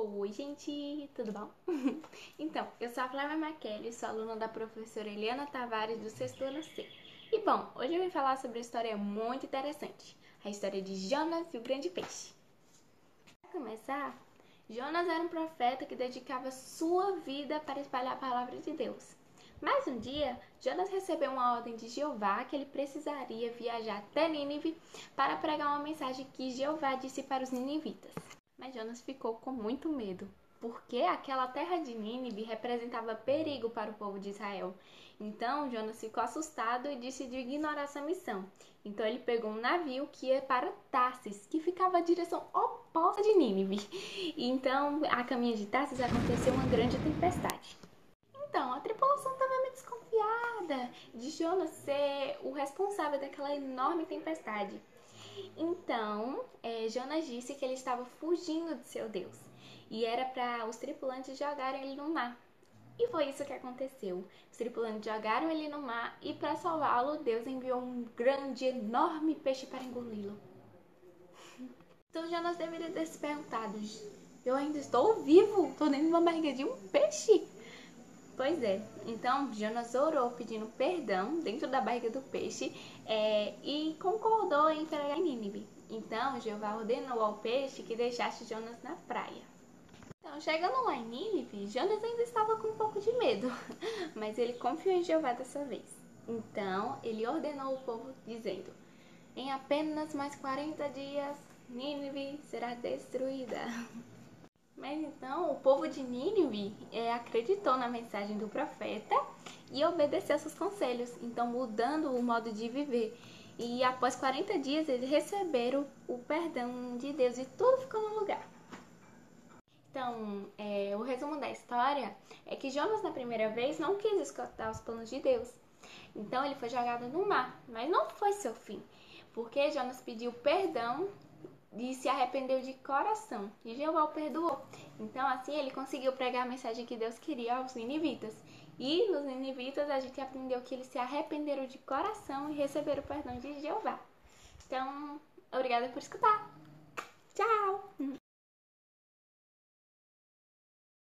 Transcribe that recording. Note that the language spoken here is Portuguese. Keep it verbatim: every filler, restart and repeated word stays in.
Oi, gente, tudo bom? Então, eu sou a Flávia Maquelli, sou aluna da professora Eliana Tavares do sexto ano C. E bom, hoje eu vim falar sobre uma história muito interessante, a história de Jonas e o grande peixe. Para começar, Jonas era um profeta que dedicava sua vida para espalhar a palavra de Deus. Mas um dia, Jonas recebeu uma ordem de Jeová que ele precisaria viajar até Nínive para pregar uma mensagem que Jeová disse para os ninivitas. Mas Jonas ficou com muito medo, porque aquela terra de Nínive representava perigo para o povo de Israel. Então Jonas ficou assustado e decidiu ignorar essa missão. Então ele pegou um navio que ia para Tarsis, que ficava na direção oposta de Nínive. Então, a caminho de Tarsis aconteceu uma grande tempestade. Então, a tripulação estava meio desconfiada de Jonas ser o responsável daquela enorme tempestade. Então, é, Jonas disse que ele estava fugindo de seu Deus e era para os tripulantes jogarem ele no mar. E foi isso que aconteceu. Os tripulantes jogaram ele no mar e, para salvá-lo, Deus enviou um grande, enorme peixe para engoli-lo. Então, Jonas deveria ter se perguntado: eu ainda estou vivo? Estou dentro de uma barriga de um peixe? Pois é, então Jonas orou pedindo perdão dentro da barriga do peixe é, e concordou em pregar em Nínive. Então Jeová ordenou ao peixe que deixasse Jonas na praia. Então, chegando lá em Nínive, Jonas ainda estava com um pouco de medo, mas ele confiou em Jeová dessa vez. Então ele ordenou o povo dizendo: em apenas mais quarenta dias, Nínive será destruída. Mas então o povo de Nínive é, acreditou na mensagem do profeta e obedeceu seus conselhos, então mudando o modo de viver. E após quarenta dias eles receberam o perdão de Deus e tudo ficou no lugar. Então, é, o resumo da história é que Jonas na primeira vez não quis escutar os planos de Deus. Então ele foi jogado no mar, mas não foi seu fim, porque Jonas pediu perdão e se arrependeu de coração, e Jeová o perdoou. Então assim ele conseguiu pregar a mensagem que Deus queria aos ninivitas. E nos ninivitas a gente aprendeu que eles se arrependeram de coração e receberam o perdão de Jeová. Então, obrigada por escutar. Tchau!